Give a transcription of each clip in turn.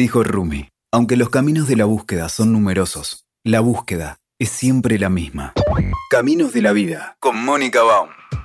Dijo Rumi, aunque los caminos de la búsqueda son numerosos, la búsqueda es siempre la misma. Caminos de la vida, con Mónica Baum.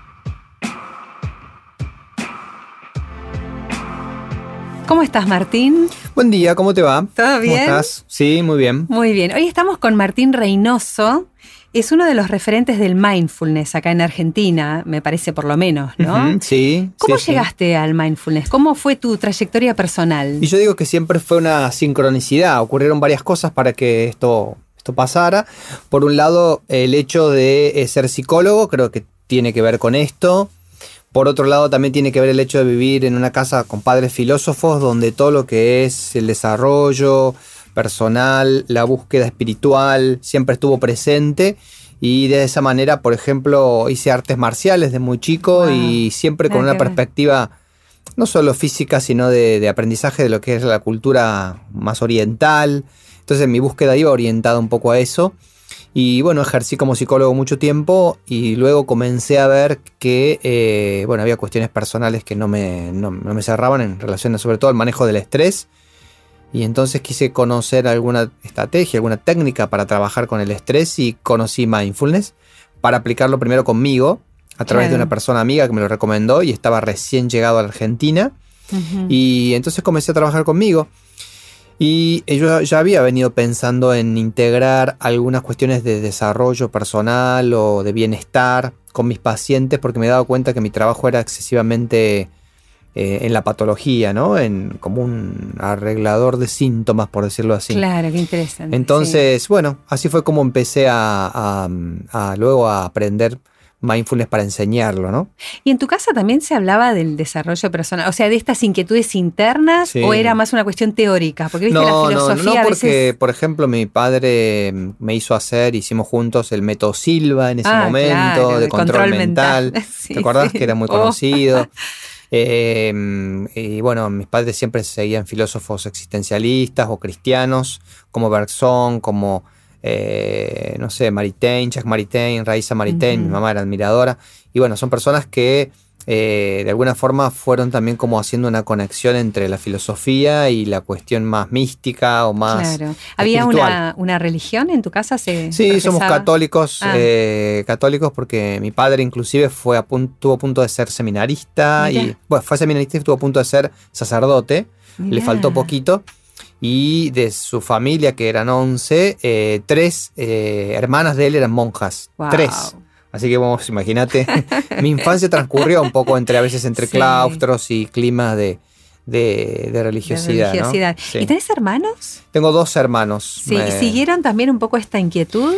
¿Cómo estás, Martín? Buen día, ¿cómo te va? ¿Todo bien? ¿Cómo estás? Sí, muy bien. Muy bien. Hoy estamos con Martín Reynoso. Es uno de los referentes del mindfulness acá en Argentina, me parece por lo menos, ¿no? Sí. ¿Cómo llegaste al mindfulness? ¿Cómo fue tu trayectoria personal? Y yo digo que siempre fue una sincronicidad. Ocurrieron varias cosas para que esto pasara. Por un lado, el hecho de ser psicólogo, creo que tiene que ver con esto. Por otro lado, también tiene que ver el hecho de vivir en una casa con padres filósofos, donde todo lo que es el desarrollo personal, la búsqueda espiritual, siempre estuvo presente. Y de esa manera, por ejemplo, hice artes marciales de muy chico y siempre con una perspectiva no solo física, sino de aprendizaje de lo que es la cultura más oriental. Entonces mi búsqueda iba orientada un poco a eso. Y bueno, ejercí como psicólogo mucho tiempo y luego comencé a ver que había cuestiones personales que no me cerraban en relación sobre todo al manejo del estrés. Y entonces quise conocer alguna estrategia, alguna técnica para trabajar con el estrés y conocí mindfulness para aplicarlo primero conmigo a través de una persona amiga que me lo recomendó y estaba recién llegado a la Argentina. Y entonces comencé a trabajar conmigo. Y yo ya había venido pensando en integrar algunas cuestiones de desarrollo personal o de bienestar con mis pacientes porque me he dado cuenta que mi trabajo era excesivamente en la patología, ¿no? Como un arreglador de síntomas, por decirlo así. Claro, qué interesante. Entonces, bueno, así fue como empecé luego a aprender mindfulness para enseñarlo, ¿no? ¿Y en tu casa también se hablaba del desarrollo personal? O sea, ¿de estas inquietudes internas o era más una cuestión teórica? Porque viste la filosofía porque, a veces... por ejemplo, mi padre me hizo hicimos juntos el método Silva en ese momento, claro, de control mental. Sí, ¿Te acordás que era muy conocido? Oh. Y bueno, mis padres siempre seguían filósofos existencialistas o cristianos, como Bergson, como... Maritain, Jacques Maritain, Raissa Maritain, mi mamá era admiradora. Y bueno, son personas que de alguna forma fueron también como haciendo una conexión entre la filosofía y la cuestión más mística o más ¿Había espiritual. una religión en tu casa? Sí, profesaba? somos católicos, católicos porque mi padre inclusive estuvo a punto de ser seminarista. Fue seminarista y estuvo a punto de ser sacerdote. Mirá. Le faltó poquito. Y de su familia, que eran 11, 3 hermanas de él eran monjas. Wow. 3. Así que vos imagínate, mi infancia transcurrió un poco entre claustros y climas de religiosidad. ¿No? Sí. ¿Y tenés hermanos? Tengo 2 hermanos. Sí, ¿y siguieron también un poco esta inquietud?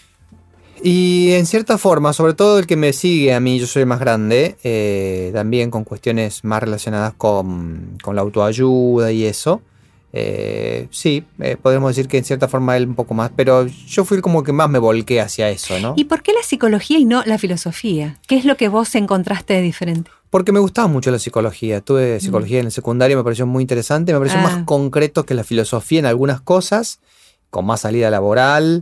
Y en cierta forma, sobre todo el que me sigue a mí, yo soy más grande, también con cuestiones más relacionadas con la autoayuda y eso. Podemos decir que en cierta forma él un poco más, pero yo fui como que más me volqué hacia eso, ¿no? ¿Y por qué la psicología y no la filosofía? ¿Qué es lo que vos encontraste de diferente? Porque me gustaba mucho la psicología. Tuve psicología en el secundario, me pareció muy interesante, me pareció más concreto que la filosofía en algunas cosas, con más salida laboral.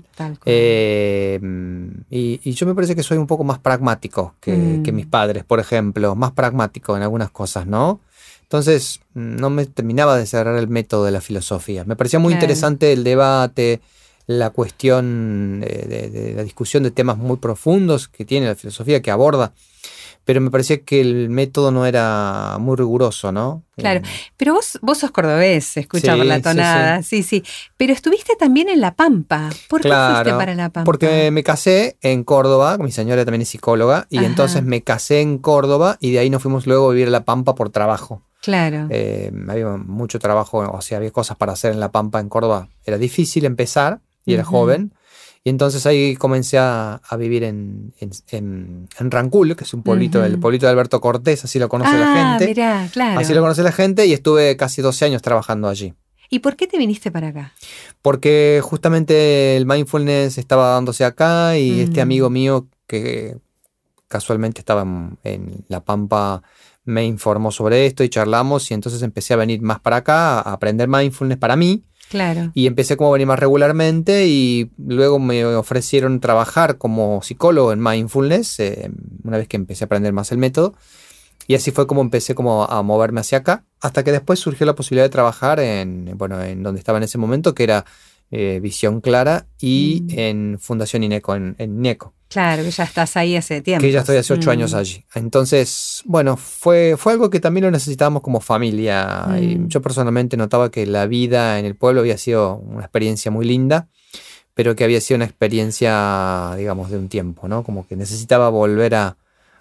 Y yo me parece que soy un poco más pragmático que mis padres, por ejemplo, más pragmático en algunas cosas, ¿no? Entonces no me terminaba de cerrar el método de la filosofía. Me parecía muy interesante el debate, la cuestión de la discusión de temas muy profundos que tiene la filosofía, que aborda. Pero me parecía que el método no era muy riguroso, ¿no? Claro, pero vos sos cordobés, se escucha por la tonada, sí. Pero estuviste también en La Pampa. ¿Por qué fuiste para La Pampa? Porque me casé en Córdoba, mi señora también es psicóloga, y entonces me casé en Córdoba y de ahí nos fuimos luego a vivir a La Pampa por trabajo. Claro. Había mucho trabajo, o sea, había cosas para hacer en La Pampa, en Córdoba. Era difícil empezar y era joven. Y entonces ahí comencé a vivir en Rancul, que es un pueblito, el pueblito de Alberto Cortés, así lo conoce la gente. Mirá, claro. Así lo conoce la gente y estuve casi 12 años trabajando allí. ¿Y por qué te viniste para acá? Porque justamente el mindfulness estaba dándose acá y este amigo mío que casualmente estaba en La Pampa me informó sobre esto y charlamos y entonces empecé a venir más para acá a aprender mindfulness para mí. Claro. Y empecé como a venir más regularmente y luego me ofrecieron trabajar como psicólogo en mindfulness una vez que empecé a aprender más el método. Y así fue como empecé como a moverme hacia acá, hasta que después surgió la posibilidad de trabajar en donde estaba en ese momento, que era Visión Clara, y en Fundación INECO, en INECO. Claro, que ya estás ahí hace tiempo. Que ya estoy hace 8 años allí. Entonces, bueno, fue algo que también lo necesitábamos como familia. Y yo personalmente notaba que la vida en el pueblo había sido una experiencia muy linda, pero que había sido una experiencia, digamos, de un tiempo, ¿no? Como que necesitaba volver a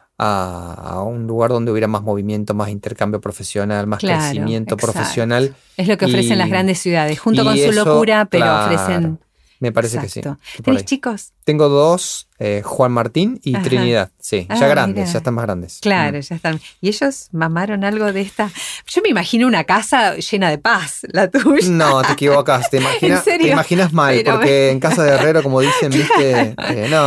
un lugar donde hubiera más movimiento, más intercambio profesional, más crecimiento profesional. Es lo que ofrecen las grandes ciudades, junto con su locura, pero ofrecen... Me parece que sí. ¿Tenés chicos? Tengo 2, Juan Martín y Trinidad. Sí, ya grandes, ya están más grandes. Claro, ya están. ¿Y ellos mamaron algo de esta? Yo me imagino una casa llena de paz, la tuya. No, te equivocas. Te imaginas mal, pero porque en casa de herrero, como dicen, viste,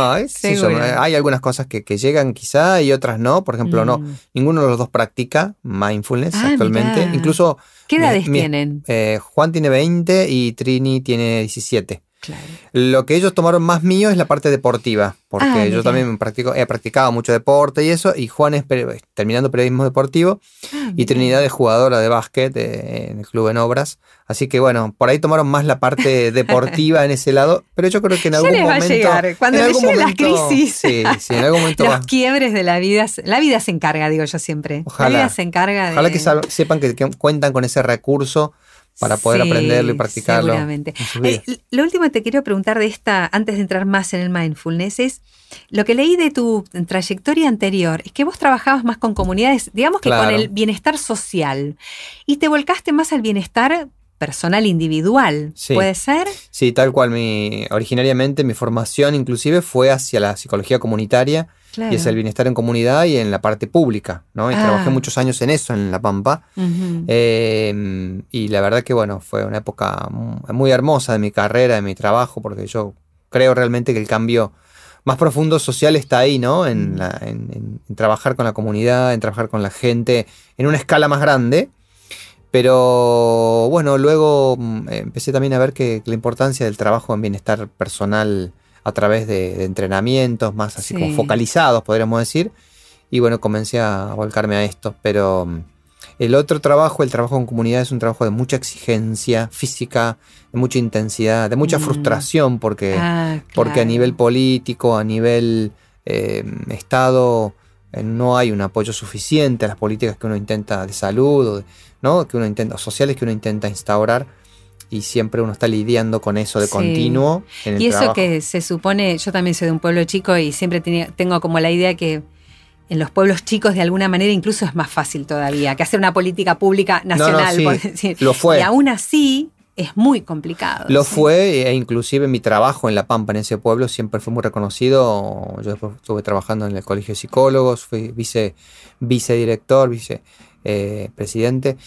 hay algunas cosas que llegan quizá y otras no. Por ejemplo, no, ninguno de los dos practica mindfulness actualmente. Mirá. Incluso ¿Qué edades tienen? Juan tiene 20 y Trini tiene 17. Claro. Lo que ellos tomaron más mío es la parte deportiva, porque yo también he practicado mucho deporte y eso, y Juan es terminando periodismo deportivo y Trinidad es jugadora de básquet en el club en Obras, así que bueno, por ahí tomaron más la parte deportiva en ese lado, pero yo creo que en algún momento... les va a llegar, cuando les lleguen las crisis, sí, en algún momento los quiebres de la vida se encarga, digo yo siempre. Ojalá, la vida se encarga ojalá que sepan que cuentan con ese recurso para poder aprenderlo y practicarlo. Seguramente. Lo último que te quiero preguntar de esta, antes de entrar más en el mindfulness, es lo que leí de tu trayectoria anterior, es que vos trabajabas más con comunidades, digamos que con el bienestar social, y te volcaste más al bienestar personal individual, ¿puede ser? Sí, tal cual. Originariamente mi formación inclusive fue hacia la psicología comunitaria, y es el bienestar en comunidad y en la parte pública, ¿no? Y trabajé muchos años en eso, en La Pampa. Y la verdad que, bueno, fue una época muy hermosa de mi carrera, de mi trabajo, porque yo creo realmente que el cambio más profundo social está ahí, ¿no? En trabajar con la comunidad, en trabajar con la gente, en una escala más grande. Pero bueno, luego empecé también a ver que la importancia del trabajo en bienestar personal a través de entrenamientos más así como focalizados, podríamos decir. Y bueno, comencé a volcarme a esto. Pero el otro trabajo, el trabajo en comunidad, es un trabajo de mucha exigencia física, de mucha intensidad, de mucha frustración, porque a nivel político, a nivel Estado, no hay un apoyo suficiente a las políticas que uno intenta de salud, ¿no? Sociales que uno intenta instaurar. Y siempre uno está lidiando con eso de continuo en el trabajo. Y eso que se supone, yo también soy de un pueblo chico y siempre tengo como la idea que en los pueblos chicos de alguna manera incluso es más fácil todavía que hacer una política pública nacional. Por decir. Lo fue. Y aún así es muy complicado. Lo fue, e inclusive mi trabajo en La Pampa, en ese pueblo, siempre fue muy reconocido. Yo después estuve trabajando en el Colegio de Psicólogos, fui vicedirector, presidente,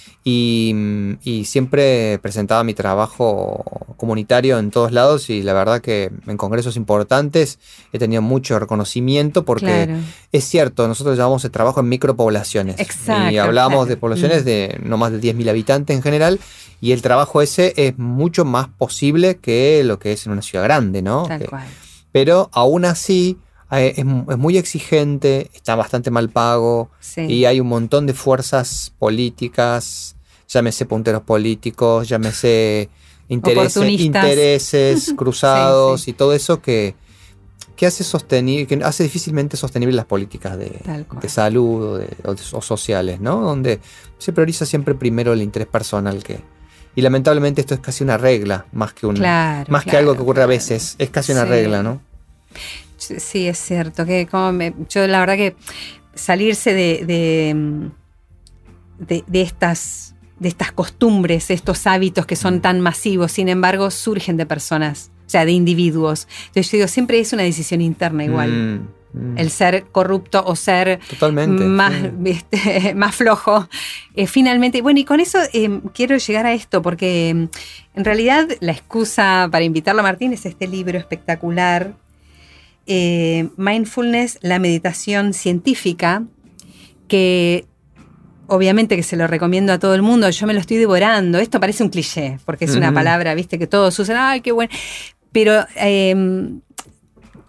y siempre presentaba mi trabajo comunitario en todos lados, y la verdad que en congresos importantes he tenido mucho reconocimiento, porque es cierto, nosotros llamamos el trabajo en micropoblaciones. Exacto, y hablábamos de poblaciones de no más de 10.000 habitantes en general, y el trabajo ese es mucho más posible que lo que es en una ciudad grande, ¿no? Tal cual. Pero aún así es muy exigente, está bastante mal pago, y hay un montón de fuerzas políticas, llámese punteros políticos, llámese intereses cruzados y todo eso que hace difícilmente sostenible las políticas de salud o sociales, ¿no? Donde se prioriza siempre primero el interés personal y lamentablemente esto es casi una regla, más que que algo que ocurre a veces, es casi una regla, ¿no? Sí, es cierto. Yo la verdad que salirse de estas costumbres, estos hábitos que son tan masivos, sin embargo, surgen de personas, o sea, de individuos. Entonces yo digo, siempre es una decisión interna igual. El ser corrupto o ser más flojo. Finalmente, bueno, y con eso quiero llegar a esto, porque en realidad la excusa para invitarlo a Martín es este libro espectacular, Mindfulness, la meditación científica, que obviamente que se lo recomiendo a todo el mundo. Yo me lo estoy devorando. Esto parece un cliché, porque es una palabra, viste, que todos usan, ¡ay, qué bueno! Pero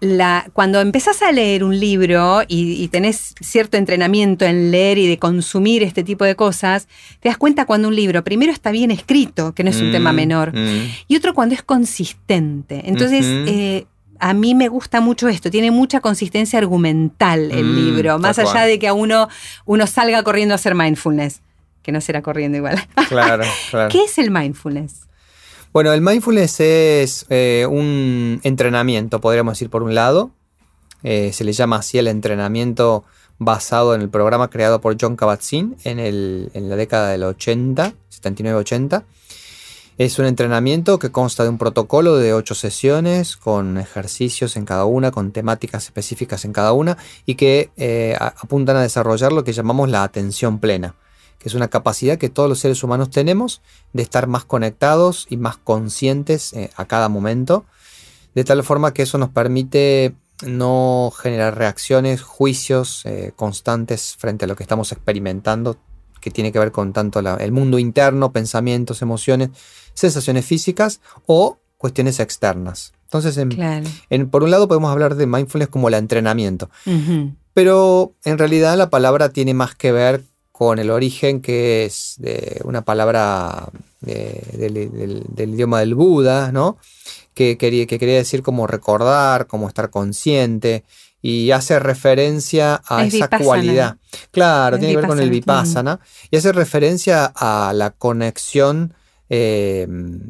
cuando empezás a leer un libro y tenés cierto entrenamiento en leer y de consumir este tipo de cosas, te das cuenta cuando un libro primero está bien escrito, que no es un tema menor, y otro cuando es consistente. Entonces, a mí me gusta mucho esto, tiene mucha consistencia argumental el libro, más allá de que a uno salga corriendo a hacer mindfulness, que no será corriendo igual. Claro. ¿Qué es el mindfulness? Bueno, el mindfulness es un entrenamiento, podríamos decir, por un lado. Se le llama así el entrenamiento basado en el programa creado por Jon Kabat-Zinn en la década del 80, 79-80. Es un entrenamiento que consta de un protocolo de 8 sesiones con ejercicios en cada una, con temáticas específicas en cada una y que apuntan a desarrollar lo que llamamos la atención plena, que es una capacidad que todos los seres humanos tenemos de estar más conectados y más conscientes a cada momento, de tal forma que eso nos permite no generar reacciones, juicios constantes frente a lo que estamos experimentando, que tiene que ver con tanto el mundo interno, pensamientos, emociones, sensaciones físicas o cuestiones externas. Entonces, por un lado podemos hablar de mindfulness como el entrenamiento, pero en realidad la palabra tiene más que ver con el origen, que es de una palabra del idioma del Buda, ¿no? que quería decir como recordar, como estar consciente, y hace referencia a esa cualidad. Claro, tiene que ver con el vipassana, y hace referencia a la conexión de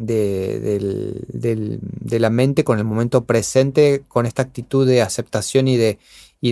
la mente con el momento presente, con esta actitud de aceptación y de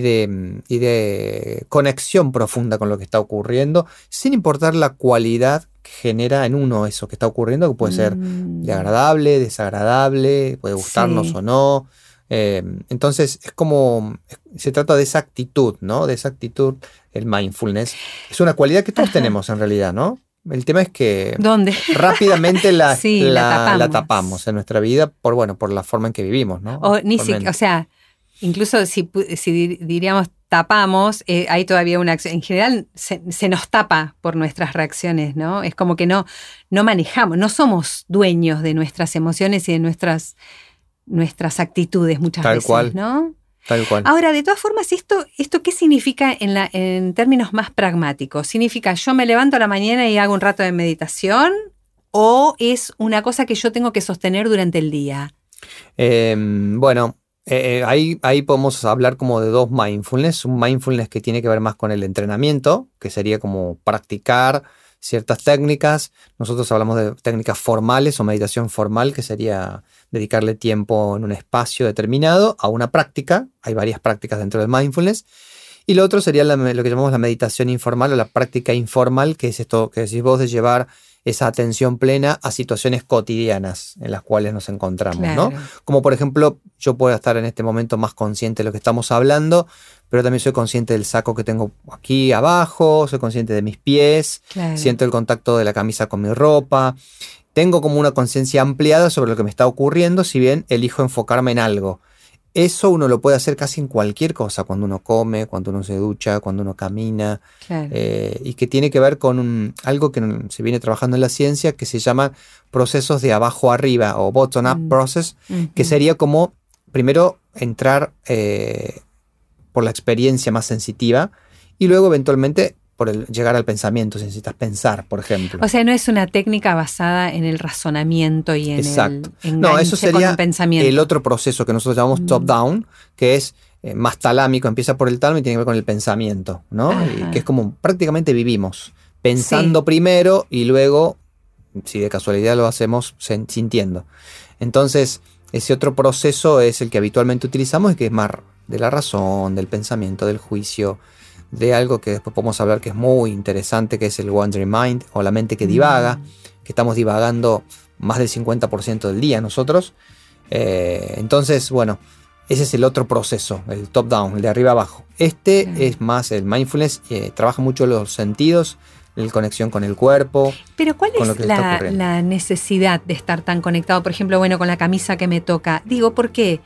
conexión profunda con lo que está ocurriendo, sin importar la cualidad que genera en uno eso que está ocurriendo, que puede ser de agradable, desagradable, puede gustarnos o no. Entonces es como, se trata de esa actitud, ¿no? De esa actitud, el mindfulness. Es una cualidad que todos tenemos en realidad, ¿no? El tema es que rápidamente la tapamos en nuestra vida por la forma en que vivimos, ¿no? O sea, incluso si diríamos tapamos, hay todavía una acción. En general se nos tapa por nuestras reacciones, ¿no? Es como que no manejamos, no somos dueños de nuestras emociones y de nuestras actitudes muchas veces, cual. ¿no? Tal cual. Ahora, de todas formas, ¿esto qué significa en términos más pragmáticos? ¿Significa yo me levanto a la mañana y hago un rato de meditación? ¿O es una cosa que yo tengo que sostener durante el día? Ahí podemos hablar como de dos mindfulness. Un mindfulness que tiene que ver más con el entrenamiento, que sería como practicar ciertas técnicas. Nosotros hablamos de técnicas formales o meditación formal, que sería dedicarle tiempo en un espacio determinado a una práctica. Hay varias prácticas dentro del mindfulness. Y lo otro sería lo que llamamos la meditación informal o la práctica informal, que es esto que decís vos de llevar esa atención plena a situaciones cotidianas en las cuales nos encontramos, claro, ¿no? Como por ejemplo, yo puedo estar en este momento más consciente de lo que estamos hablando, pero también soy consciente del saco que tengo aquí abajo, soy consciente de mis pies, claro, siento el contacto de la camisa con mi ropa. Tengo como una conciencia ampliada sobre lo que me está ocurriendo, si bien elijo enfocarme en algo. Eso uno lo puede hacer casi en cualquier cosa, cuando uno come, cuando uno se ducha, cuando uno camina, claro, y que tiene que ver con algo que se viene trabajando en la ciencia, que se llama procesos de abajo arriba o bottom-up process, que sería como primero entrar por la experiencia más sensitiva y luego eventualmente por llegar al pensamiento, si necesitas pensar, por ejemplo. O sea, no es una técnica basada en el razonamiento y en Exacto. el enganche. No, eso sería con el pensamiento. El otro proceso que nosotros llamamos top-down, que es más talámico, empieza por el tálamo y tiene que ver con el pensamiento, ¿no? Y que es como prácticamente vivimos pensando primero y luego, si de casualidad lo hacemos, sintiendo. Entonces, ese otro proceso es el que habitualmente utilizamos y que es más de la razón, del pensamiento, del juicio, de algo que después podemos hablar que es muy interesante, que es el wandering mind o la mente que divaga, que estamos divagando más del 50% del día nosotros. Entonces, bueno, ese es el otro proceso, el top-down, el de arriba abajo. Es más el mindfulness, trabaja mucho los sentidos, la conexión con el cuerpo. Pero ¿cuál es la necesidad de estar tan conectado? Por ejemplo, bueno, con la camisa que me toca. Digo, ¿por qué?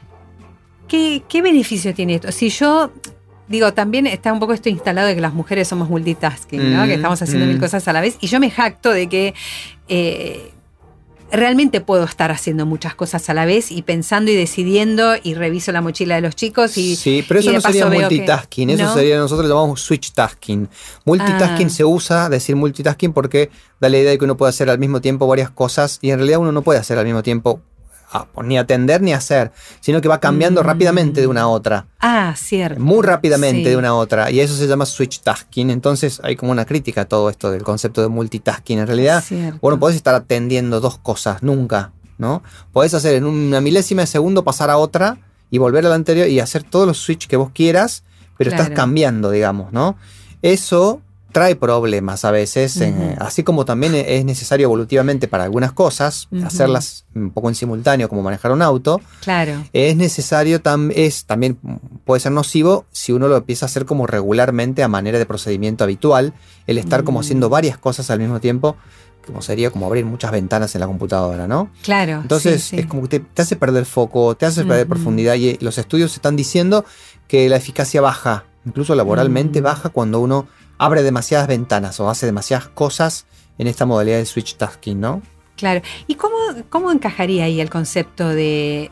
¿Qué beneficio tiene esto? Si yo... Digo, también está un poco esto instalado de que las mujeres somos multitasking, ¿no? Que estamos haciendo mil cosas a la vez. Y yo me jacto de que realmente puedo estar haciendo muchas cosas a la vez y pensando y decidiendo y reviso la mochila de los chicos y sí, pero eso no sería multitasking, eso sería, nosotros lo llamamos switch tasking. Multitasking se usa, decir multitasking, porque da la idea de que uno puede hacer al mismo tiempo varias cosas y en realidad uno no puede hacer al mismo tiempo ni atender ni hacer, sino que va cambiando rápidamente de una a otra. Cierto. Muy rápidamente de una a otra. Y eso se llama switch tasking. Entonces hay como una crítica a todo esto del concepto de multitasking. En realidad, bueno, podés estar atendiendo dos cosas, nunca, ¿no? Podés hacer en una milésima de segundo pasar a otra y volver a la anterior y hacer todos los switch que vos quieras, pero estás cambiando, digamos, ¿no? Eso trae problemas a veces, así como también es necesario evolutivamente para algunas cosas, hacerlas un poco en simultáneo, como manejar un auto. Claro. Es necesario, también puede ser nocivo si uno lo empieza a hacer como regularmente a manera de procedimiento habitual, el estar como haciendo varias cosas al mismo tiempo, como sería como abrir muchas ventanas en la computadora, ¿no? Claro. Entonces es como que te hace perder foco, te hace perder profundidad, y los estudios están diciendo que la eficacia baja, incluso laboralmente baja, cuando uno abre demasiadas ventanas o hace demasiadas cosas en esta modalidad de switch tasking, ¿no? Claro. ¿Y cómo encajaría ahí el concepto del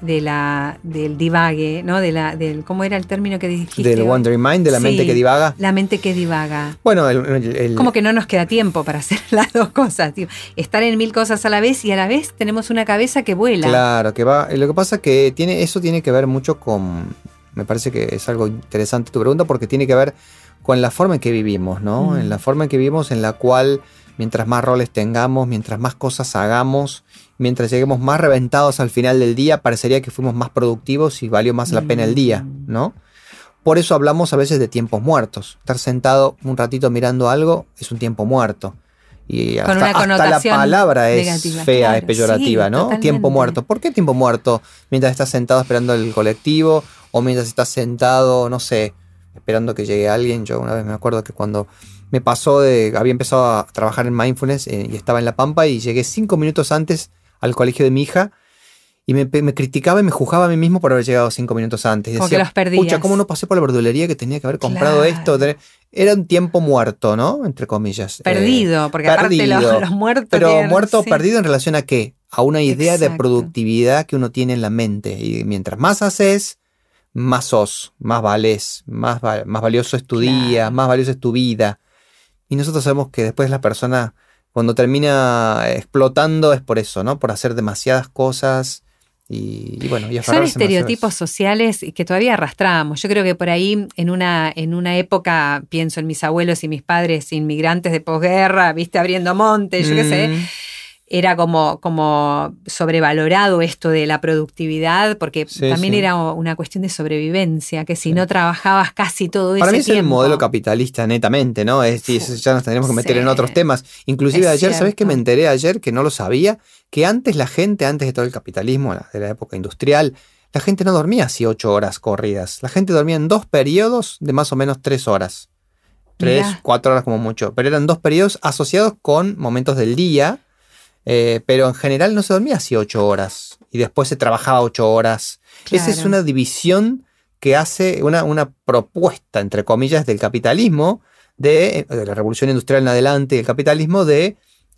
divague, ¿no? ¿Cómo era el término que dijiste? Del wandering mind, de la mente que divaga. La mente que divaga. Bueno, como que no nos queda tiempo para hacer las dos cosas, tío. Estar en 1000 cosas a la vez y a la vez tenemos una cabeza que vuela. Claro, que va. Lo que pasa es que eso tiene que ver mucho con. Me parece que es algo interesante tu pregunta, porque tiene que ver con la forma en que vivimos, ¿no? En la forma en que vivimos, en la cual mientras más roles tengamos, mientras más cosas hagamos, mientras lleguemos más reventados al final del día, parecería que fuimos más productivos y valió más la pena el día, ¿no? Por eso hablamos a veces de tiempos muertos. Estar sentado un ratito mirando algo es un tiempo muerto. Y hasta la palabra es negativa, fea, claro, es peyorativa, ¿no? Totalmente. Tiempo muerto. ¿Por qué tiempo muerto? Mientras estás sentado esperando el colectivo, o mientras estás sentado, no sé, esperando que llegue alguien. Yo una vez me acuerdo que cuando me pasó había empezado a trabajar en mindfulness y estaba en La Pampa y llegué 5 minutos antes al colegio de mi hija y me criticaba y me juzgaba a mí mismo por haber llegado 5 minutos antes. Y como decía, que los perdías. Pucha, ¿cómo no pasé por la verdulería que tenía que haber comprado esto? Era un tiempo muerto, ¿no? Entre comillas. Perdido, porque aparte los muertos. Pero muerto o perdido en relación a ¿qué? A una idea de productividad que uno tiene en la mente. Y mientras más haces, más sos, más vales, más valioso es tu día, más valioso es tu vida. Y nosotros sabemos que después la persona, cuando termina explotando, es por eso, ¿no? Por hacer demasiadas cosas y bueno, y son estereotipos sociales que todavía arrastramos. Yo creo que por ahí, en una época, pienso en mis abuelos y mis padres inmigrantes de posguerra, viste, abriendo montes, yo qué sé. Era como sobrevalorado esto de la productividad, porque también era una cuestión de sobrevivencia, que si no trabajabas casi todo ese tiempo. Para mí es el modelo capitalista netamente, ¿no? Ya nos tendríamos que meter en otros temas. Inclusive ayer, ¿sabés qué me enteré ayer? Que no lo sabía, que antes la gente, antes de todo el capitalismo, de la época industrial, la gente no dormía así 8 horas corridas. La gente dormía en 2 periodos de más o menos 3 horas. 3, 4 horas como mucho. Pero eran 2 periodos asociados con momentos del día. Pero en general no se dormía así 8 horas y después se trabajaba 8 horas. Esa es una división que hace una propuesta, entre comillas, del capitalismo, de la revolución industrial en adelante, del capitalismo, de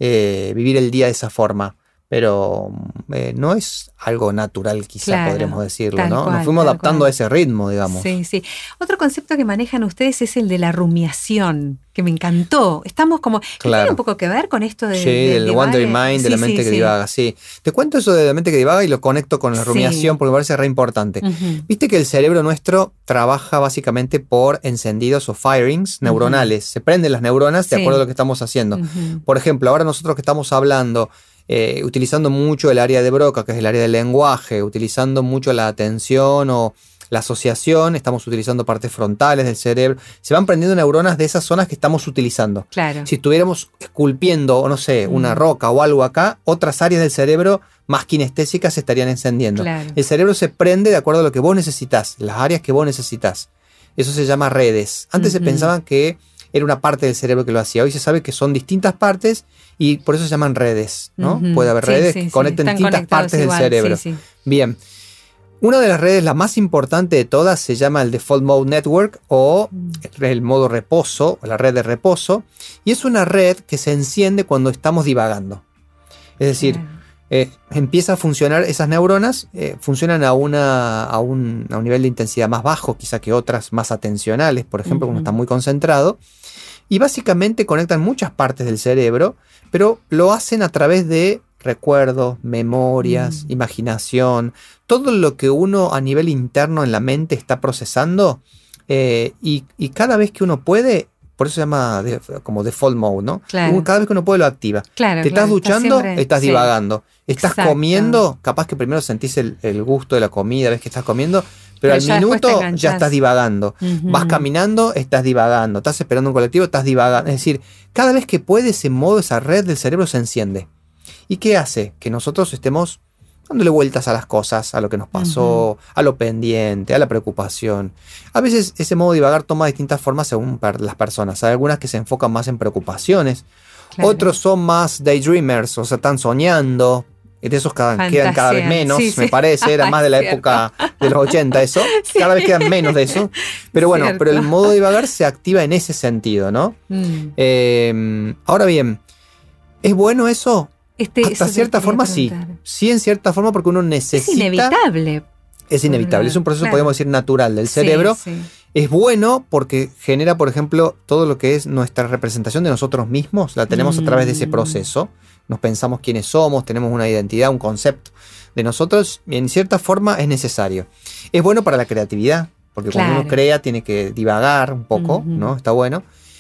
vivir el día de esa forma. Pero no es algo natural, quizá podremos decirlo, ¿no? Nos fuimos adaptando a ese ritmo, digamos. Sí, sí. Otro concepto que manejan ustedes es el de la rumiación, que me encantó. Estamos como... ¿Tiene un poco que ver con esto de del wandering mind, de la mente que divaga, sí. Te cuento eso de la mente que divaga y lo conecto con la rumiación porque me parece re importante. Viste que el cerebro nuestro trabaja básicamente por encendidos o firings neuronales. Se prenden las neuronas de acuerdo a lo que estamos haciendo. Por ejemplo, ahora nosotros que estamos hablando... utilizando mucho el área de Broca, que es el área del lenguaje, utilizando mucho la atención o la asociación, estamos utilizando partes frontales del cerebro, se van prendiendo neuronas de esas zonas que estamos utilizando. Claro. Si estuviéramos esculpiendo, o no sé, una roca o algo acá, otras áreas del cerebro más kinestésicas se estarían encendiendo. Claro. El cerebro se prende de acuerdo a lo que vos necesitas, las áreas que vos necesitas. Eso se llama redes. Antes se pensaban que era una parte del cerebro que lo hacía. Hoy se sabe que son distintas partes y por eso se llaman redes, ¿no? Puede haber redes que conecten distintas partes del cerebro. Bien. Una de las redes, la más importante de todas, se llama el Default Mode Network o el modo reposo, o la red de reposo. Y es una red que se enciende cuando estamos divagando. Es decir, empieza a funcionar, esas neuronas funcionan a un nivel de intensidad más bajo, quizá que otras más atencionales, por ejemplo, cuando está muy concentrado, y básicamente conectan muchas partes del cerebro, pero lo hacen a través de recuerdos, memorias, imaginación, todo lo que uno a nivel interno en la mente está procesando, y cada vez que uno puede, por eso se llama como default mode, ¿no? Claro. Cada vez que uno puede lo activa. Claro, te estás duchando, siempre, estás divagando. Estás Exacto. comiendo, capaz que primero sentís el gusto de la comida, ves que estás comiendo, pero al ya minuto ya estás divagando. Vas caminando, estás divagando. Estás esperando un colectivo, estás divagando. Es decir, cada vez que puede ese modo, esa red del cerebro se enciende. ¿Y qué hace? Que nosotros estemos dándole vueltas a las cosas, a lo que nos pasó, a lo pendiente, a la preocupación. A veces ese modo de divagar toma distintas formas según las personas. Hay algunas que se enfocan más en preocupaciones, otros son más daydreamers, o sea, están soñando. De esos quedan cada vez menos, me parece, era más de la época de los 80 eso, cada vez quedan menos de eso. Pero bueno, pero el modo de divagar se activa en ese sentido, ¿no? Ahora bien, ¿es bueno eso? Hasta cierta forma sí. Sí, en cierta forma, porque uno necesita... Es inevitable. Es inevitable, es un proceso, podemos decir, natural del cerebro. Es bueno porque genera, por ejemplo, todo lo que es nuestra representación de nosotros mismos, la tenemos a través de ese proceso. Nos pensamos quiénes somos, tenemos una identidad, un concepto de nosotros, y en cierta forma es necesario. Es bueno para la creatividad, porque cuando uno crea tiene que divagar un poco, ¿no? Está bueno.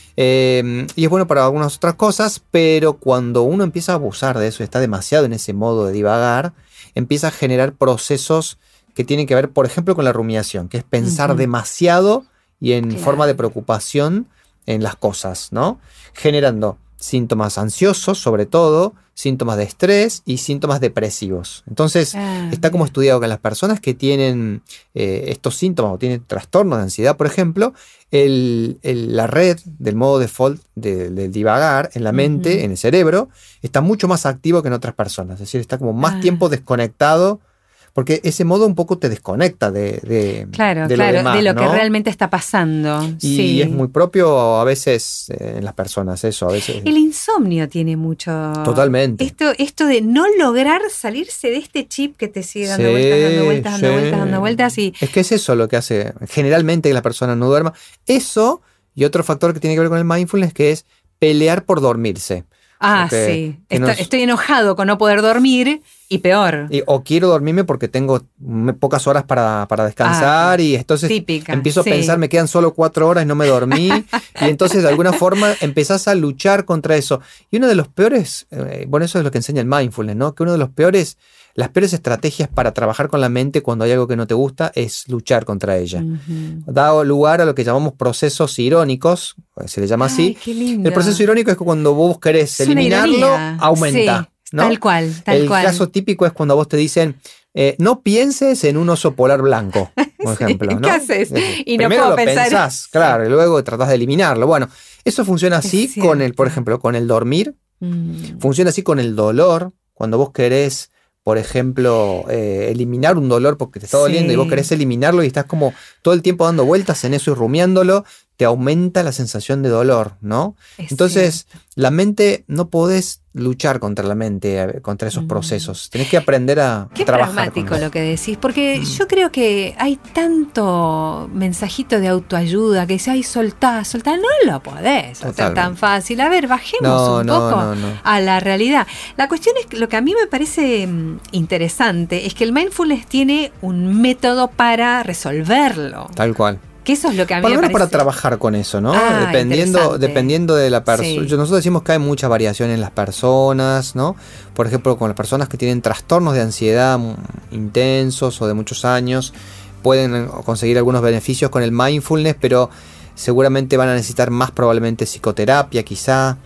Y es bueno para algunas otras cosas, pero cuando uno empieza a abusar de eso y está demasiado en ese modo de divagar, empieza a generar procesos que tienen que ver, por ejemplo, con la rumiación, que es pensar demasiado y en forma de preocupación en las cosas, ¿no? Generando síntomas ansiosos, sobre todo, síntomas de estrés y síntomas depresivos. Entonces, está como estudiado que las personas que tienen estos síntomas o tienen trastornos de ansiedad, por ejemplo, la red del modo default del divagar en la mente, en el cerebro, está mucho más activo que en otras personas. Es decir, está como más tiempo desconectado, porque ese modo un poco te desconecta de lo demás, de lo ¿no? que realmente está pasando. Y es muy propio a veces en las personas eso. A veces. El insomnio tiene mucho... Totalmente. Esto de no lograr salirse de este chip que te sigue dando dando vueltas. Y... Es que es eso lo que hace generalmente que la persona no duerma. Eso y otro factor que tiene que ver con el mindfulness, que es pelear por dormirse. Sí. Estoy enojado con no poder dormir y peor. O quiero dormirme porque tengo pocas horas para descansar y entonces empiezo a pensar, me quedan solo 4 horas y no me dormí. Y entonces de alguna forma empezás a luchar contra eso. Y uno de los peores, bueno, eso es lo que enseña el mindfulness, ¿no? Que las peores estrategias para trabajar con la mente cuando hay algo que no te gusta es luchar contra ella. Da lugar a lo que llamamos procesos irónicos, se le llama así. Qué lindo. El proceso irónico es que cuando vos querés eliminarlo, aumenta. ¿No? Tal cual. El caso típico es cuando a vos te dicen, no pienses en un oso polar blanco, por ejemplo. ¿No? ¿Qué haces? Y no primero puedo lo pensar. Pensás, claro, y luego tratás de eliminarlo. Bueno, eso funciona así por ejemplo, con el dormir. Funciona así con el dolor. Cuando vos querés, por ejemplo, eliminar un dolor porque te está doliendo y vos querés eliminarlo y estás como todo el tiempo dando vueltas en eso y rumiándolo, te aumenta la sensación de dolor, ¿no? Entonces, la mente, no podés luchar contra la mente, contra esos procesos. Tenés que aprender a Qué trabajar. Qué pragmático lo que decís, porque yo creo que hay tanto mensajito de autoayuda que dice, ay, soltá, no lo podés hacer tan fácil. A ver, bajemos un poco a la realidad. La cuestión es que lo que a mí me parece interesante es que el mindfulness tiene un método para resolverlo. Tal cual. Que eso es lo que a mí me parece. Para trabajar con eso, ¿no? Dependiendo de la persona. Nosotros decimos que hay mucha variación en las personas, ¿no? Por ejemplo, con las personas que tienen trastornos de ansiedad intensos o de muchos años, pueden conseguir algunos beneficios con el mindfulness, pero seguramente van a necesitar más probablemente psicoterapia, quizá.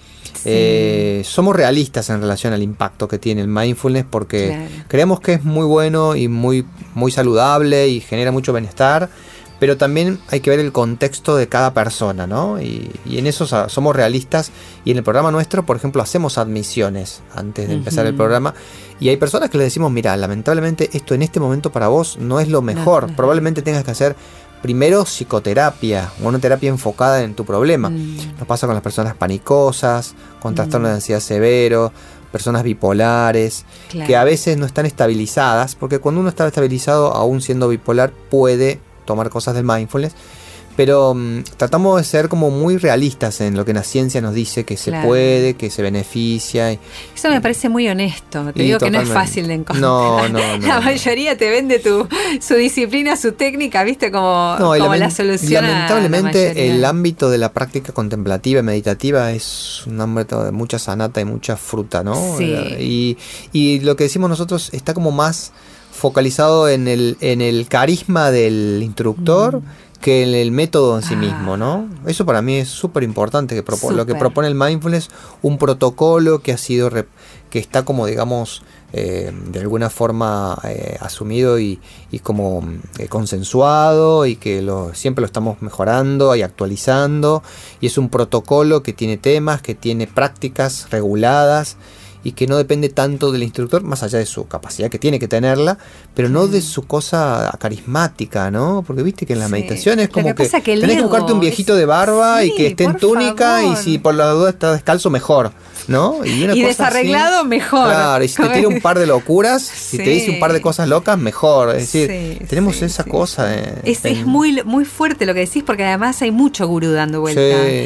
Somos realistas en relación al impacto que tiene el mindfulness porque creemos que es muy bueno y muy, muy saludable y genera mucho bienestar. Pero también hay que ver el contexto de cada persona, ¿no? Y en eso somos realistas. Y en el programa nuestro, por ejemplo, hacemos admisiones antes de empezar el programa. Y hay personas que les decimos, mira, lamentablemente esto en este momento para vos no es lo mejor. Probablemente tengas que hacer primero psicoterapia o una terapia enfocada en tu problema. Nos pasa con las personas panicosas, con trastorno de ansiedad severo, personas bipolares, que a veces no están estabilizadas, porque cuando uno está estabilizado, aún siendo bipolar, puede tomar cosas del mindfulness, pero tratamos de ser como muy realistas en lo que la ciencia nos dice que se puede, que se beneficia. Eso me parece muy honesto. Te digo que no es fácil de encontrar. No. La mayoría te vende su disciplina, su técnica, ¿viste? Como la solución. Lamentablemente el ámbito de la práctica contemplativa y meditativa es un ámbito de mucha sanata y mucha fruta, ¿no? Sí. Y lo que decimos nosotros está como más focalizado en el carisma del instructor, que el método en sí mismo, ¿no? Eso para mí es súper importante, lo que propone el mindfulness, un protocolo que ha sido, que está como, digamos, de alguna forma asumido y como consensuado, y que siempre lo estamos mejorando y actualizando, y es un protocolo que tiene temas, que tiene prácticas reguladas, y que no depende tanto del instructor, más allá de su capacidad, que tiene que tenerla, pero no de su cosa carismática, ¿no? Porque viste que en la meditación es como que tenés que buscarte un viejito de barba y que esté en túnica, y si por la duda está descalzo, mejor, ¿no? Y cosa desarreglado, así, mejor. Claro, y si te tira un par de locuras, si te dice un par de cosas locas, mejor. Es decir, tenemos esa cosa. Es muy, muy fuerte lo que decís, porque además hay mucho gurú dando vuelta.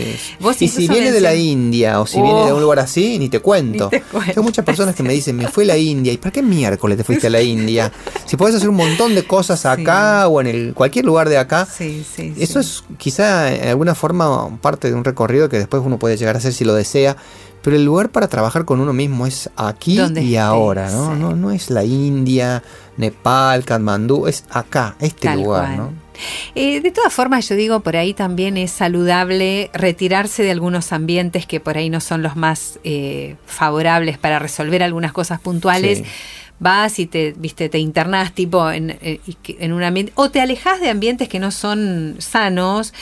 Y si viene de la India, o si viene de un lugar así, ni te cuento. Tengo muchas personas que me dicen, me fue a la India. ¿Y para qué miércoles te fuiste a la India? Si podés hacer un montón de cosas acá o en cualquier lugar de acá. Eso es quizá en alguna forma parte de un recorrido que después uno puede llegar a hacer si lo desea. Pero el lugar para trabajar con uno mismo es aquí y ahora, ¿no? No es la India, Nepal, Katmandú, es acá, Tal lugar, cual. ¿No? De todas formas, yo digo, por ahí también es saludable retirarse de algunos ambientes que por ahí no son los más favorables para resolver algunas cosas puntuales. Vas y te internás tipo en un ambiente, o te alejás de ambientes que no son sanos,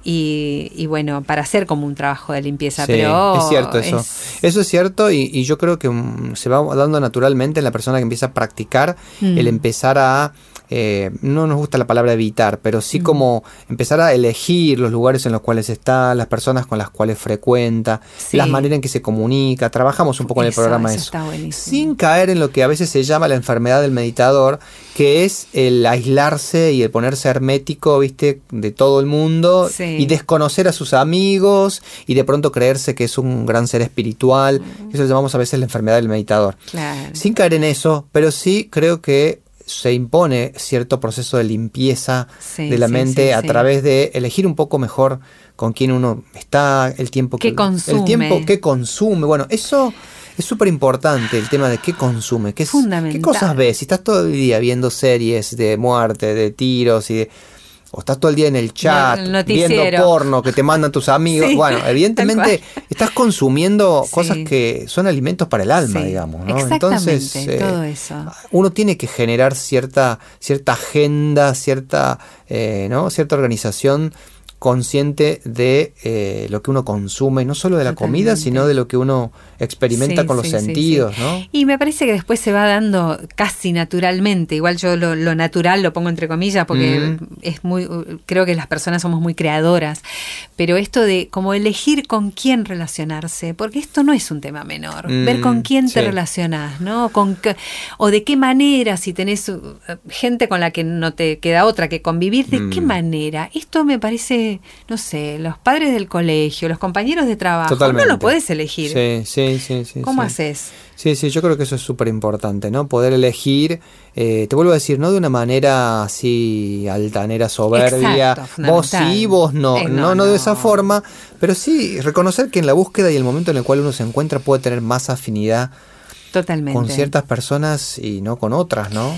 y bueno, para hacer como un trabajo de limpieza. Pero es cierto eso. Eso es cierto, y yo creo que se va dando naturalmente en la persona que empieza a practicar el empezar a no nos gusta la palabra evitar, pero sí como empezar a elegir los lugares en los cuales está, las personas con las cuales frecuenta, las maneras en que se comunica. Trabajamos un poco en el programa eso. Sin caer en lo que a veces se llama la enfermedad del meditador, que es el aislarse y el ponerse hermético, ¿viste?, de todo el mundo, y desconocer a sus amigos, y de pronto creerse que es un gran ser espiritual. Eso lo llamamos a veces la enfermedad del meditador. Sin caer en eso, pero sí creo que se impone cierto proceso de limpieza de la mente a través de elegir un poco mejor con quién uno está, el tiempo que consume. Bueno, eso es súper importante, el tema de qué consume, qué cosas ves. Si estás todo el día viendo series de muerte, de tiros o estás todo el día en el chat viendo porno que te mandan tus amigos. Bueno, evidentemente estás consumiendo cosas que son alimentos para el alma, digamos, ¿no? Entonces, todo eso. Uno tiene que generar cierta agenda, cierta organización consciente de lo que uno consume, no solo de la comida, sino de lo que uno experimenta con los sentidos, ¿no? Y me parece que después se va dando casi naturalmente. Igual yo lo natural lo pongo entre comillas porque creo que las personas somos muy creadoras, pero esto de como elegir con quién relacionarse, porque esto no es un tema menor, ver con quién te relacionás, ¿no? O de qué manera, si tenés gente con la que no te queda otra que convivir, de qué manera. Esto me parece, no sé, los padres del colegio, los compañeros de trabajo, no lo podés elegir. Sí. ¿Cómo haces? Sí, yo creo que eso es súper importante, ¿no? Poder elegir, te vuelvo a decir, no de una manera así altanera, soberbia. Exacto, vos sí, vos no. No de esa forma, pero sí reconocer que en la búsqueda y el momento en el cual uno se encuentra puede tener más afinidad con ciertas personas y no con otras, ¿no?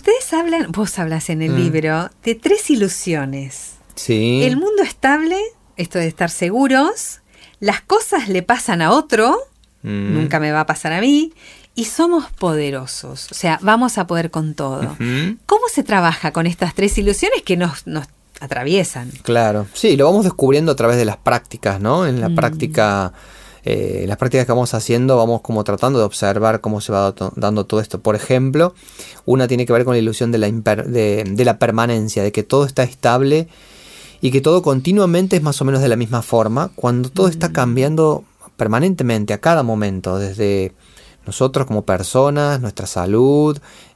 Vos hablas en el libro de 3 ilusiones. Sí. El mundo estable, esto de estar seguros, las cosas le pasan a otro, nunca me va a pasar a mí, y somos poderosos, o sea, vamos a poder con todo. ¿Cómo se trabaja con estas 3 ilusiones que nos atraviesan? Claro, sí, lo vamos descubriendo a través de las prácticas, ¿no? En la práctica, las prácticas que vamos haciendo, vamos como tratando de observar cómo se va dando todo esto. Por ejemplo, una tiene que ver con la ilusión de la permanencia, de que todo está estable y que todo continuamente es más o menos de la misma forma, cuando todo está cambiando permanentemente, a cada momento, desde nosotros como personas, nuestra salud,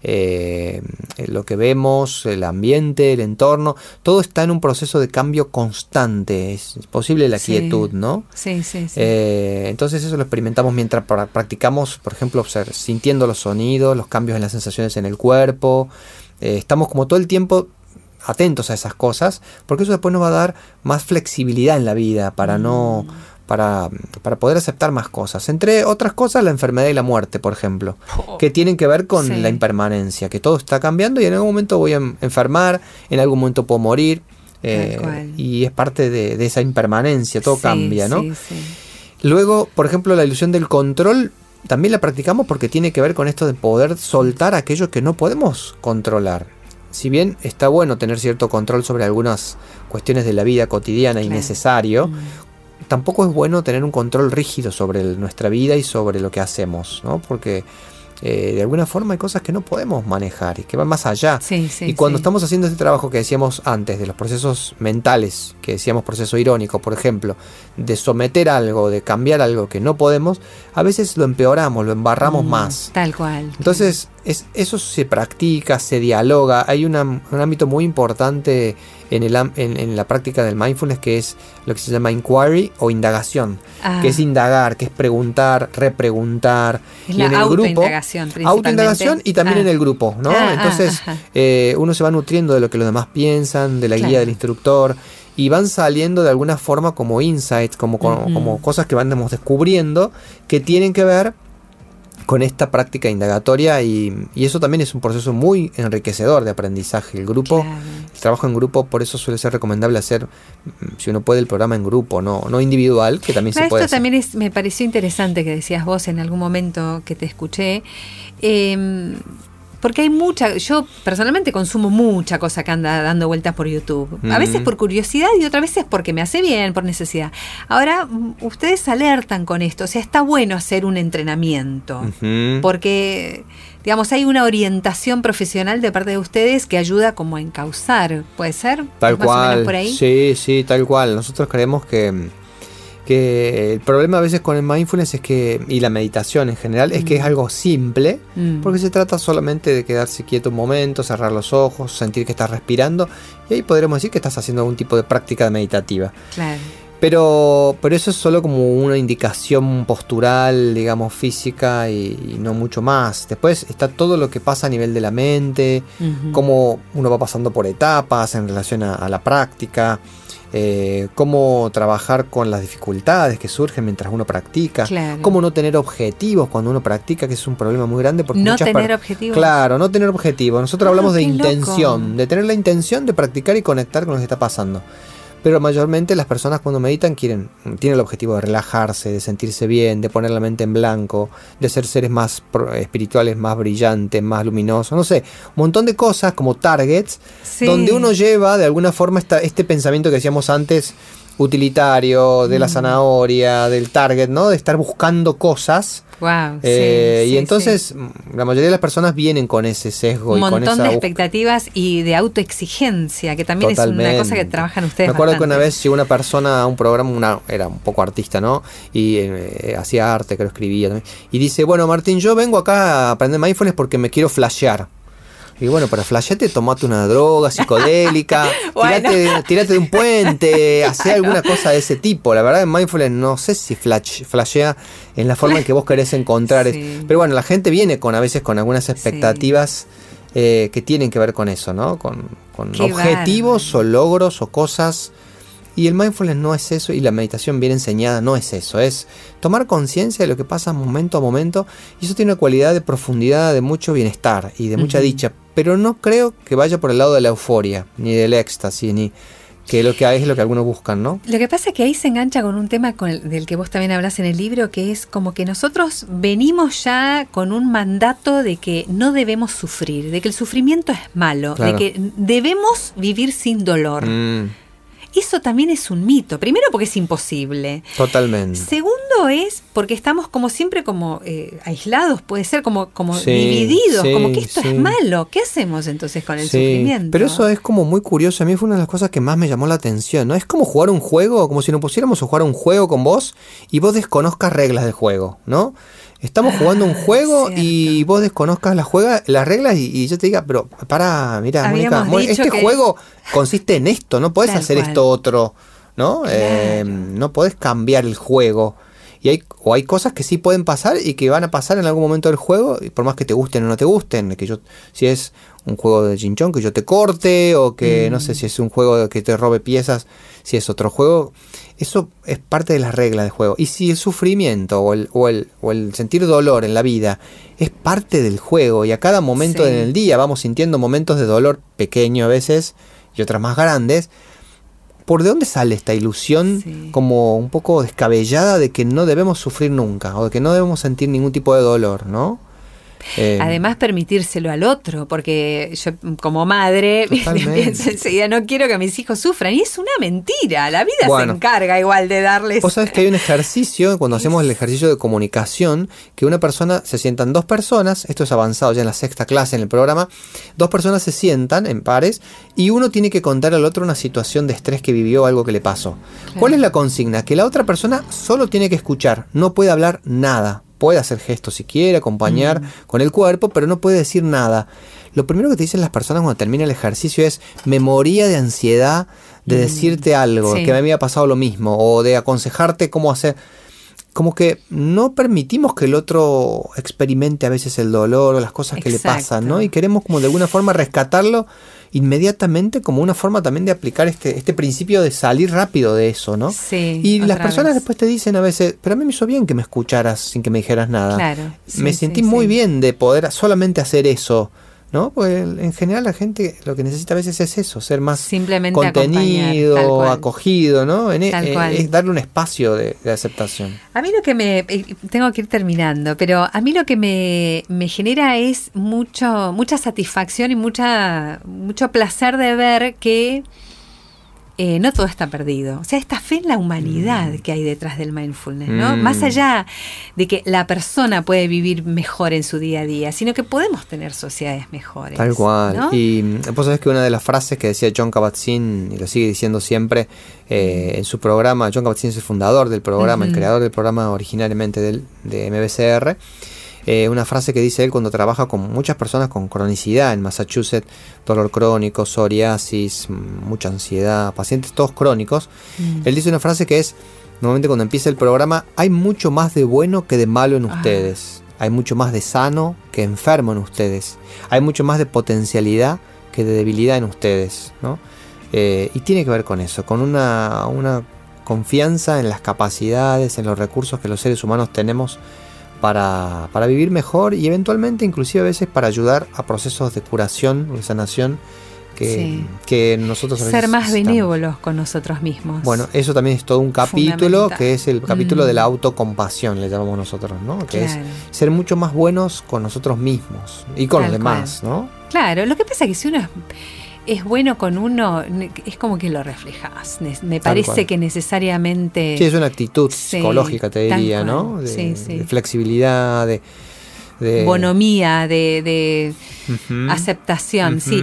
lo que vemos, el ambiente, el entorno, todo está en un proceso de cambio constante. Es posible la quietud, ¿no? Sí. Entonces eso lo experimentamos mientras practicamos, por ejemplo, sintiendo los sonidos, los cambios en las sensaciones en el cuerpo. Estamos como todo el tiempo atentos a esas cosas, porque eso después nos va a dar más flexibilidad en la vida para poder aceptar más cosas. Entre otras cosas, la enfermedad y la muerte, por ejemplo, que tienen que ver con la impermanencia, que todo está cambiando y en algún momento voy a enfermar, en algún momento puedo morir, y es parte de esa impermanencia, todo cambia, ¿no? Luego, por ejemplo, la ilusión del control también la practicamos porque tiene que ver con esto de poder soltar aquello que no podemos controlar. Si bien está bueno tener cierto control sobre algunas cuestiones de la vida cotidiana y necesario, tampoco es bueno tener un control rígido sobre nuestra vida y sobre lo que hacemos, ¿no? Porque de alguna forma hay cosas que no podemos manejar y que van más allá. Y cuando estamos haciendo este trabajo que decíamos antes, de los procesos mentales, que decíamos proceso irónico, por ejemplo, de someter algo, de cambiar algo que no podemos, a veces lo empeoramos, lo embarramos más. Tal cual. Entonces, eso se practica, se dialoga. Hay un ámbito muy importante en la práctica del mindfulness, que es lo que se llama inquiry o indagación, que es indagar, que es preguntar, repreguntar. Es y la en el autoindagación, grupo, autoindagación y también en el grupo, ¿no? Entonces uno se va nutriendo de lo que los demás piensan, de la guía del instructor, y van saliendo de alguna forma como insights, como cosas que vamos descubriendo que tienen que ver con esta práctica indagatoria, y eso también es un proceso muy enriquecedor de aprendizaje. El trabajo en grupo, por eso suele ser recomendable hacer, si uno puede, el programa en grupo, no individual, que también se puede hacer. Esto también me pareció interesante que decías vos en algún momento que te escuché, porque hay yo personalmente consumo mucha cosa que anda dando vueltas por YouTube. A veces por curiosidad y otras veces porque me hace bien, por necesidad. Ahora, ustedes alertan con esto, o sea, está bueno hacer un entrenamiento, porque, digamos, hay una orientación profesional de parte de ustedes que ayuda como a encauzar, ¿puede ser? Tal cual, o menos por ahí. Sí, tal cual. Nosotros creemos que el problema a veces con el mindfulness y la meditación en general es que es algo simple, porque se trata solamente de quedarse quieto un momento, cerrar los ojos, sentir que estás respirando, y ahí podremos decir que estás haciendo algún tipo de práctica meditativa. Claro. Pero eso es solo como una indicación postural, digamos, física, y no mucho más. Después está todo lo que pasa a nivel de la mente, cómo uno va pasando por etapas en relación a la práctica. Cómo trabajar con las dificultades que surgen mientras uno practica, cómo no tener objetivos cuando uno practica, que es un problema muy grande. Porque no tener objetivos. Claro, no tener objetivos. Nosotros hablamos de intención, de tener la intención de practicar y conectar con lo que está pasando. Pero mayormente las personas cuando meditan tienen el objetivo de relajarse, de sentirse bien, de poner la mente en blanco, de ser seres más espirituales, más brillantes, más luminosos, no sé, un montón de cosas como targets, donde uno lleva de alguna forma este pensamiento que decíamos antes, utilitario, de la zanahoria, del target, ¿no? De estar buscando cosas. Wow, y entonces la mayoría de las personas vienen con ese sesgo un y con montón de expectativas y de autoexigencia, que también Totalmente. Es una cosa que trabajan ustedes. Me acuerdo bastante. que una vez llegó una persona a un programa, era un poco artista, ¿no? Y hacía arte, creo, escribía también. Y dice, bueno, Martín, yo vengo acá a aprender mindfulness porque me quiero flashear. Y bueno, para flashearte, tomate una droga psicodélica, tirate de un puente, hacé alguna cosa de ese tipo. La verdad, en mindfulness no sé si flashea en la forma en que vos querés encontrar. Pero bueno, la gente viene a veces con algunas expectativas que tienen que ver con eso, ¿no? Con objetivos o logros o cosas. Y el mindfulness no es eso, y la meditación bien enseñada no es eso, es tomar conciencia de lo que pasa momento a momento, y eso tiene una cualidad de profundidad, de mucho bienestar y de mucha dicha, pero no creo que vaya por el lado de la euforia, ni del éxtasis, ni que es lo que algunos buscan, ¿no? Lo que pasa es que ahí se engancha con un tema del que vos también hablás en el libro, que es como que nosotros venimos ya con un mandato de que no debemos sufrir, de que el sufrimiento es malo, de que debemos vivir sin dolor. Eso también es un mito. Primero porque es imposible. Totalmente. Segundo es porque estamos como siempre como aislados, puede ser como divididos, como que esto es malo. ¿Qué hacemos entonces con el sufrimiento? Pero eso es como muy curioso. A mí fue una de las cosas que más me llamó la atención, ¿no? Es como jugar un juego, como si nos pusiéramos a jugar un juego con vos y vos desconozcas reglas del juego, ¿no? estamos jugando un juego y vos desconozcas las reglas y yo te diga, pero pará, mirá, Mónica, este juego consiste en esto, no podés hacer esto otro, ¿no? Claro. No podés cambiar el juego. Y hay cosas que sí pueden pasar y que van a pasar en algún momento del juego, y por más que te gusten o no te gusten, si es un juego de chinchón, que yo te corte, o que no sé si es un juego que te robe piezas, si es otro juego, eso es parte de las reglas del juego. Y si el sufrimiento o el sentir dolor en la vida es parte del juego, y a cada momento en el día vamos sintiendo momentos de dolor pequeño a veces y otras más grandes, ¿por de dónde sale esta ilusión como un poco descabellada de que no debemos sufrir nunca o de que no debemos sentir ningún tipo de dolor, ¿no? Además, permitírselo al otro, porque yo como madre pienso enseguida, no quiero que mis hijos sufran, y es una mentira, la vida se encarga igual de darles... Vos sabés que hay un ejercicio, cuando hacemos el ejercicio de comunicación, que una persona, se sientan dos personas, esto es avanzado ya en la 6ª clase en el programa, dos personas se sientan en pares, y uno tiene que contar al otro una situación de estrés que vivió, algo que le pasó. Claro. ¿Cuál es la consigna? Que la otra persona solo tiene que escuchar, no puede hablar nada. Puede hacer gestos si quiere, acompañar con el cuerpo, pero no puede decir nada. Lo primero que te dicen las personas cuando termina el ejercicio es: me moría de ansiedad de decirte algo, que me había pasado lo mismo, o de aconsejarte cómo hacer. Como que no permitimos que el otro experimente a veces el dolor o las cosas que le pasan, ¿no? Y queremos como de alguna forma rescatarlo inmediatamente, como una forma también de aplicar este principio de salir rápido de eso, ¿no? Sí, y las personas después te dicen a veces, pero a mí me hizo bien que me escucharas sin que me dijeras nada. Claro, me sentí muy bien de poder solamente hacer eso, ¿no? Pues en general la gente lo que necesita a veces es eso, ser más simplemente contenido, acogido, ¿no? Es darle un espacio de aceptación. A mí lo que tengo que ir terminando, pero a mí lo que me genera es mucha satisfacción y mucho placer de ver que no todo está perdido. O sea, esta fe en la humanidad que hay detrás del mindfulness, ¿no? Más allá de que la persona puede vivir mejor en su día a día, sino que podemos tener sociedades mejores. Tal cual. ¿No? Y vos sabés que una de las frases que decía Jon Kabat-Zinn, y lo sigue diciendo siempre en su programa, Jon Kabat-Zinn es el fundador del programa, el creador del programa originariamente de MBCR, una frase que dice él cuando trabaja con muchas personas con cronicidad en Massachusetts, dolor crónico, psoriasis, mucha ansiedad, pacientes todos crónicos. Él dice una frase que es, normalmente cuando empieza el programa: hay mucho más de bueno que de malo en ustedes. Hay mucho más de sano que enfermo en ustedes. Hay mucho más de potencialidad que de debilidad en ustedes, ¿no? Y tiene que ver con eso, con una confianza en las capacidades, en los recursos que los seres humanos tenemos para vivir mejor, y eventualmente inclusive a veces para ayudar a procesos de curación, de sanación que nosotros a veces ser más benévolos con nosotros mismos. Bueno, eso también es todo un capítulo, que es el capítulo de la autocompasión, le llamamos nosotros, ¿no? Que es ser mucho más buenos con nosotros mismos y con los demás, ¿no? Claro, lo que pasa es que si uno es bueno con uno, es como que lo reflejas. Me parece que necesariamente... Sí, es una actitud psicológica, te diría, ¿no? De flexibilidad, de bonomía, de aceptación, sí.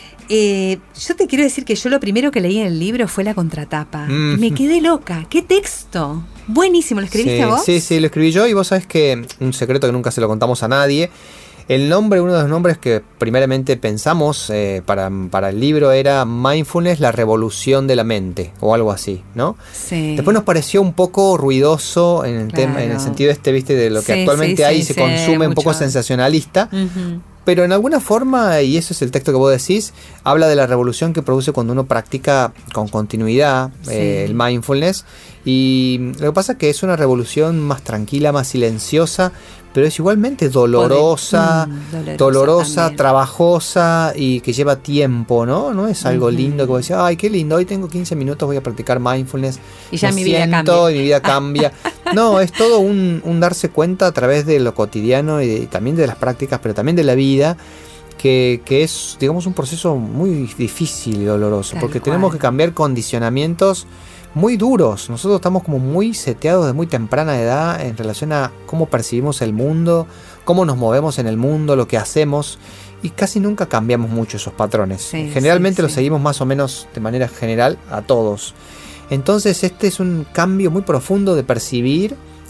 Yo te quiero decir que yo lo primero que leí en el libro fue la contratapa. Me quedé loca. ¡Qué texto! Buenísimo. ¿Lo escribiste vos? Sí, lo escribí yo, y vos sabés que un secreto que nunca se lo contamos a nadie. El nombre, uno de los nombres que primeramente pensamos para el libro era Mindfulness, la revolución de la mente, o algo así, ¿no? Sí. Después nos pareció un poco ruidoso en el tema, en el sentido viste, de lo que actualmente hay, se consume un poco sensacionalista. Pero en alguna forma, y eso es el texto que vos decís, habla de la revolución que produce cuando uno practica con continuidad el mindfulness. Y lo que pasa es que es una revolución más tranquila, más silenciosa, pero es igualmente dolorosa, trabajosa, y que lleva tiempo, ¿no? No es algo lindo que vos decís, ay, qué lindo, hoy tengo 15 minutos, voy a practicar mindfulness. Y ya mi vida cambia. No, es todo un darse cuenta a través de lo cotidiano y también de las prácticas, pero también de la vida, que es, digamos, un proceso muy difícil y doloroso, porque tenemos que cambiar condicionamientos muy duros. Nosotros estamos como muy seteados de muy temprana edad en relación a cómo percibimos el mundo, cómo nos movemos en el mundo, lo que hacemos, y casi nunca cambiamos mucho esos patrones. Generalmente los seguimos más o menos de manera general a todos. Entonces este es un cambio muy profundo de percibir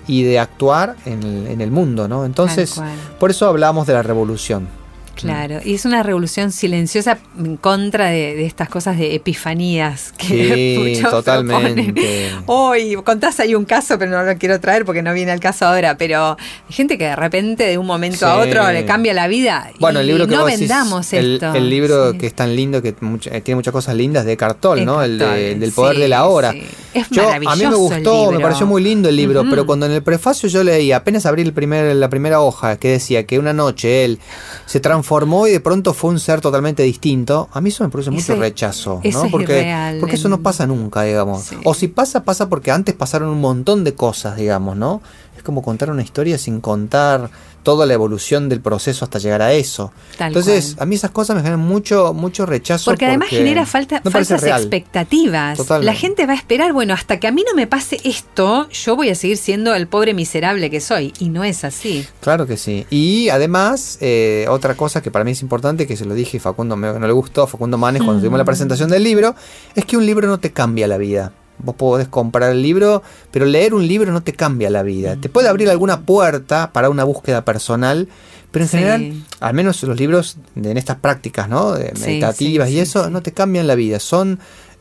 y de actuar en el mundo, ¿no? Entonces, por eso hablamos de la revolución. Claro, y es una revolución silenciosa en contra de estas cosas de epifanías que sí, totalmente. Hoy contás ahí un caso, pero no lo quiero traer porque no viene al caso ahora, pero hay gente que de repente de un momento a otro le cambia la vida. Bueno, el libro que no vos vendamos decís, esto. El libro que es tan lindo, que tiene muchas cosas lindas, de Cartol, ¿no? El del poder de la hora. Sí. Es maravilloso. A mí me gustó, me pareció muy lindo el libro, pero cuando en el prefacio yo leí, apenas abrí la primera hoja que decía que una noche él se transformó y de pronto fue un ser totalmente distinto, a mí eso me produce mucho rechazo, ¿no? Porque eso no pasa nunca, digamos. Sí. O si pasa porque antes pasaron un montón de cosas, digamos, ¿no? Es como contar una historia sin contar toda la evolución del proceso hasta llegar a eso. Entonces, a mí esas cosas me generan mucho rechazo. Porque además genera falsas expectativas. Totalmente. La gente va a esperar, bueno, hasta que a mí no me pase esto, yo voy a seguir siendo el pobre miserable que soy. Y no es así. Claro que sí. Y además, otra cosa que para mí es importante, que se lo dije y Facundo no le gustó, Facundo Manes, cuando tuvimos la presentación del libro, es que un libro no te cambia la vida. Vos podés comprar el libro, pero leer un libro no te cambia la vida. Te puede abrir alguna puerta para una búsqueda personal, pero en general, al menos los libros en estas prácticas, ¿no? Meditativas y eso, no te cambian la vida. Son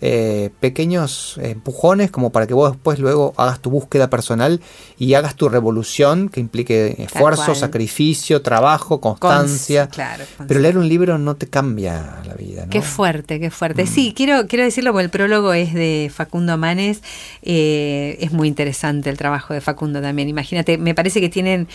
pequeños empujones como para que vos después luego hagas tu búsqueda personal y hagas tu revolución que implique esfuerzo, sacrificio, trabajo, constancia. Pero leer un libro no te cambia la vida, ¿no? Qué fuerte, qué fuerte. Sí, quiero decirlo porque el prólogo es de Facundo Manes. Es muy interesante el trabajo de Facundo también. Imagínate, me parece que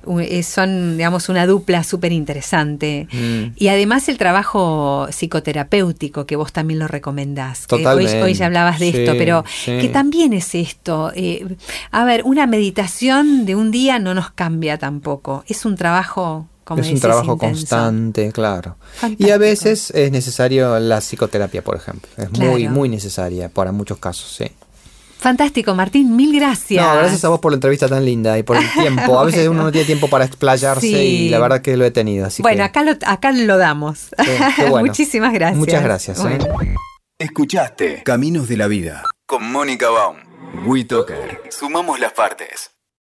son, digamos, una dupla súper interesante. Y además el trabajo psicoterapéutico que vos también lo recomendás. Hoy ya hablabas de esto, pero que también es esto. A ver, una meditación de un día no nos cambia tampoco. Es un trabajo, como decís, un trabajo intenso. Constante, claro. Fantástico. Y a veces es necesario la psicoterapia, por ejemplo. Es muy necesaria para muchos casos, sí. Fantástico, Martín, mil gracias. No, gracias a vos por la entrevista tan linda y por el tiempo. A veces uno no tiene tiempo para explayarse y la verdad que lo he tenido. Así bueno, acá lo damos. Qué bueno. Muchísimas gracias. Muchas gracias. Bueno. Escuchaste Caminos de la Vida con Mónica Baum. WeToker. Sumamos las partes.